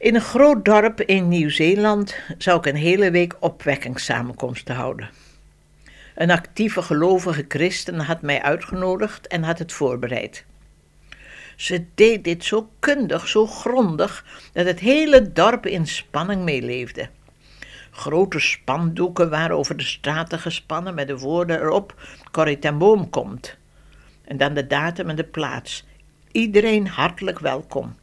In een groot dorp in Nieuw-Zeeland zou ik een hele week opwekkingssamenkomsten houden. Een actieve gelovige christen had mij uitgenodigd en had het voorbereid. Ze deed dit zo kundig, zo grondig, dat het hele dorp in spanning meeleefde. Grote spandoeken waren over de straten gespannen met de woorden erop: Corrie ten Boom komt. En dan de datum en de plaats. Iedereen hartelijk welkom.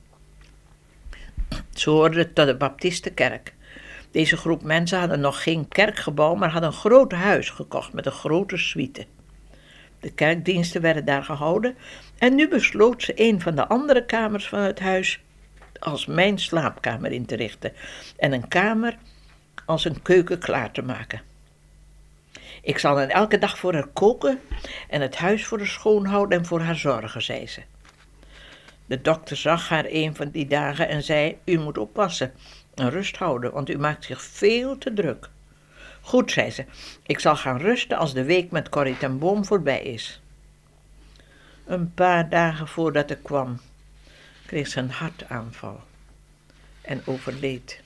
Ze hoorden tot de Baptistenkerk. Deze groep mensen hadden nog geen kerkgebouw, maar hadden een groot huis gekocht met een grote suite. De kerkdiensten werden daar gehouden en nu besloot ze een van de andere kamers van het huis als mijn slaapkamer in te richten en een kamer als een keuken klaar te maken. Ik zal dan elke dag voor haar koken en het huis voor haar schoonhouden en voor haar zorgen, zei ze. De dokter zag haar een van die dagen en zei: u moet oppassen en rust houden, want u maakt zich veel te druk. Goed, zei ze, ik zal gaan rusten als de week met Corrie ten Boom voorbij is. Een paar dagen voordat ik kwam, kreeg ze een hartaanval en overleed.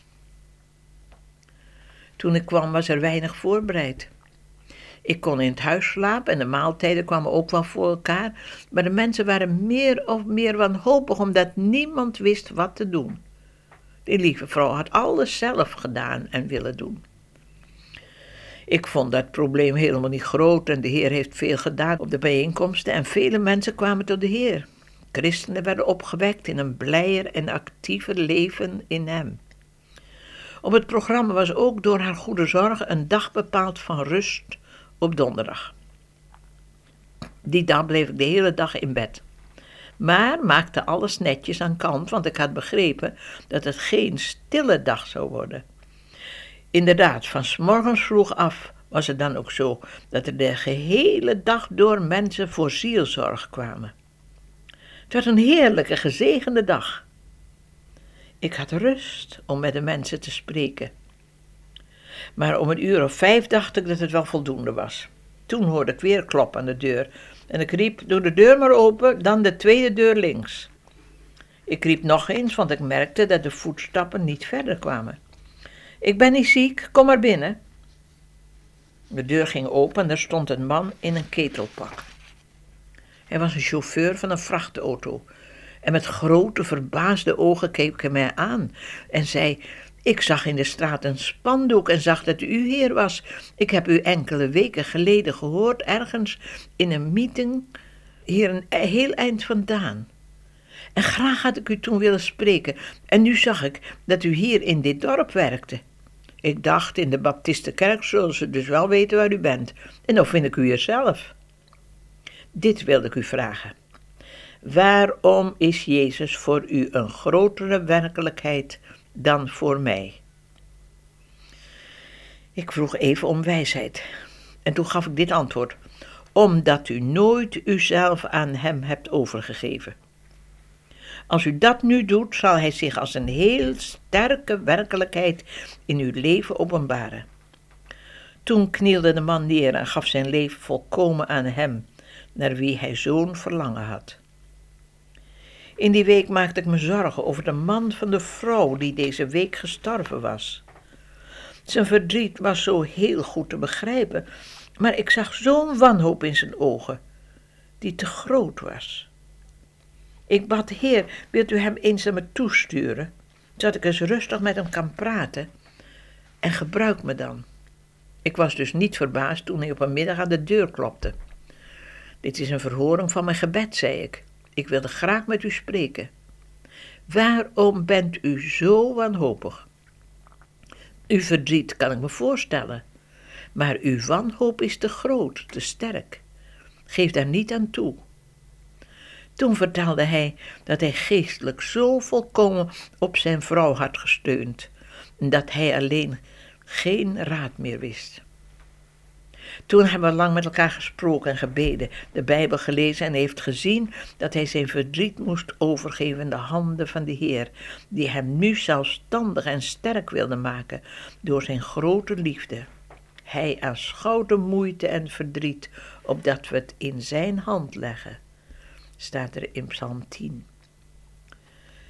Toen ik kwam was er weinig voorbereid. Ik kon in het huis slapen en de maaltijden kwamen ook wel voor elkaar, maar de mensen waren meer of meer wanhopig omdat niemand wist wat te doen. Die lieve vrouw had alles zelf gedaan en willen doen. Ik vond dat probleem helemaal niet groot en de Heer heeft veel gedaan op de bijeenkomsten en vele mensen kwamen tot de Heer. Christenen werden opgewekt in een blijer en actiever leven in Hem. Op het programma was ook door haar goede zorg een dag bepaald van rust op donderdag. Die dag bleef ik de hele dag in bed. Maar maakte alles netjes aan kant, want ik had begrepen dat het geen stille dag zou worden. Inderdaad, van 's morgens vroeg af was het dan ook zo dat er de gehele dag door mensen voor zielzorg kwamen. Het was een heerlijke, gezegende dag. Ik had rust om met de mensen te spreken. Maar om 5:00 dacht ik dat het wel voldoende was. Toen hoorde ik weer klop aan de deur en ik riep: doe de deur maar open, dan de tweede deur links. Ik riep nog eens, want ik merkte dat de voetstappen niet verder kwamen. Ik ben niet ziek, kom maar binnen. De deur ging open en er stond een man in een ketelpak. Hij was een chauffeur van een vrachtauto en met grote verbaasde ogen keek hij mij aan en zei: ik zag in de straat een spandoek en zag dat u hier was. Ik heb u enkele weken geleden gehoord ergens in een meeting hier een heel eind vandaan. En graag had ik u toen willen spreken en nu zag ik dat u hier in dit dorp werkte. Ik dacht, in de Baptistenkerk zullen ze dus wel weten waar u bent. En dan vind ik u hier zelf. Dit wilde ik u vragen. Waarom is Jezus voor u een grotere werkelijkheid dan voor mij? Ik vroeg even om wijsheid. En toen gaf ik dit antwoord: omdat u nooit uzelf aan hem hebt overgegeven. Als u dat nu doet, zal hij zich als een heel sterke werkelijkheid in uw leven openbaren. Toen knielde de man neer en gaf zijn leven volkomen aan hem, naar wie hij zo'n verlangen had. In die week maakte ik me zorgen over de man van de vrouw die deze week gestorven was. Zijn verdriet was zo heel goed te begrijpen, maar ik zag zo'n wanhoop in zijn ogen, die te groot was. Ik bad: Heer, wilt u hem eens naar me toesturen, zodat ik eens rustig met hem kan praten, en gebruik me dan. Ik was dus niet verbaasd toen hij op een middag aan de deur klopte. Dit is een verhoring van mijn gebed, zei ik. Ik wilde graag met u spreken. Waarom bent u zo wanhopig? Uw verdriet kan ik me voorstellen, maar uw wanhoop is te groot, te sterk. Geef daar niet aan toe. Toen vertelde hij dat hij geestelijk zo volkomen op zijn vrouw had gesteund, dat hij alleen geen raad meer wist. Toen hebben we lang met elkaar gesproken en gebeden, de Bijbel gelezen en heeft gezien dat hij zijn verdriet moest overgeven in de handen van de Heer, die hem nu zelfstandig en sterk wilde maken door zijn grote liefde. Hij aanschouwt de moeite en verdriet, opdat we het in zijn hand leggen, staat er in Psalm 10.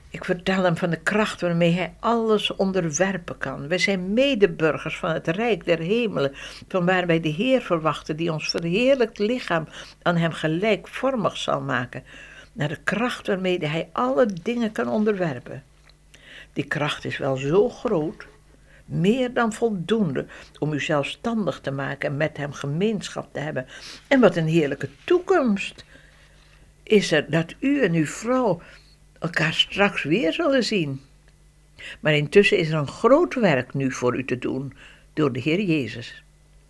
Ik vertel hem van de kracht waarmee hij alles onderwerpen kan. Wij zijn medeburgers van het Rijk der Hemelen, van waar wij de Heer verwachten, die ons verheerlijkt lichaam aan hem gelijkvormig zal maken, naar de kracht waarmee hij alle dingen kan onderwerpen. Die kracht is wel zo groot, meer dan voldoende om u zelfstandig te maken en met hem gemeenschap te hebben. En wat een heerlijke toekomst is er dat u en uw vrouw elkaar straks weer zullen zien. Maar intussen is er een groot werk nu voor u te doen door de Heer Jezus.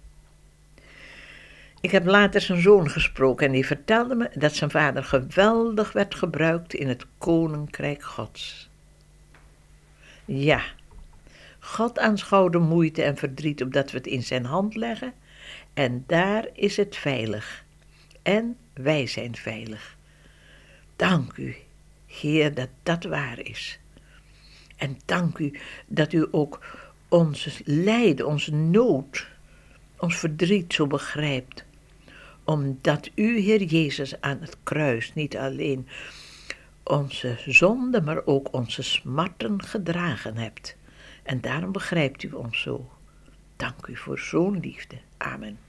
Ik heb later zijn zoon gesproken en die vertelde me dat zijn vader geweldig werd gebruikt in het koninkrijk Gods. Ja, God aanschouwt de moeite en verdriet opdat we het in zijn hand leggen en daar is het veilig. En wij zijn veilig. Dank u, Heer, dat dat waar is. En dank u dat u ook ons lijden, onze nood, ons verdriet zo begrijpt. Omdat u, Heer Jezus, aan het kruis niet alleen onze zonden, maar ook onze smarten gedragen hebt. En daarom begrijpt u ons zo. Dank u voor zo'n liefde. Amen.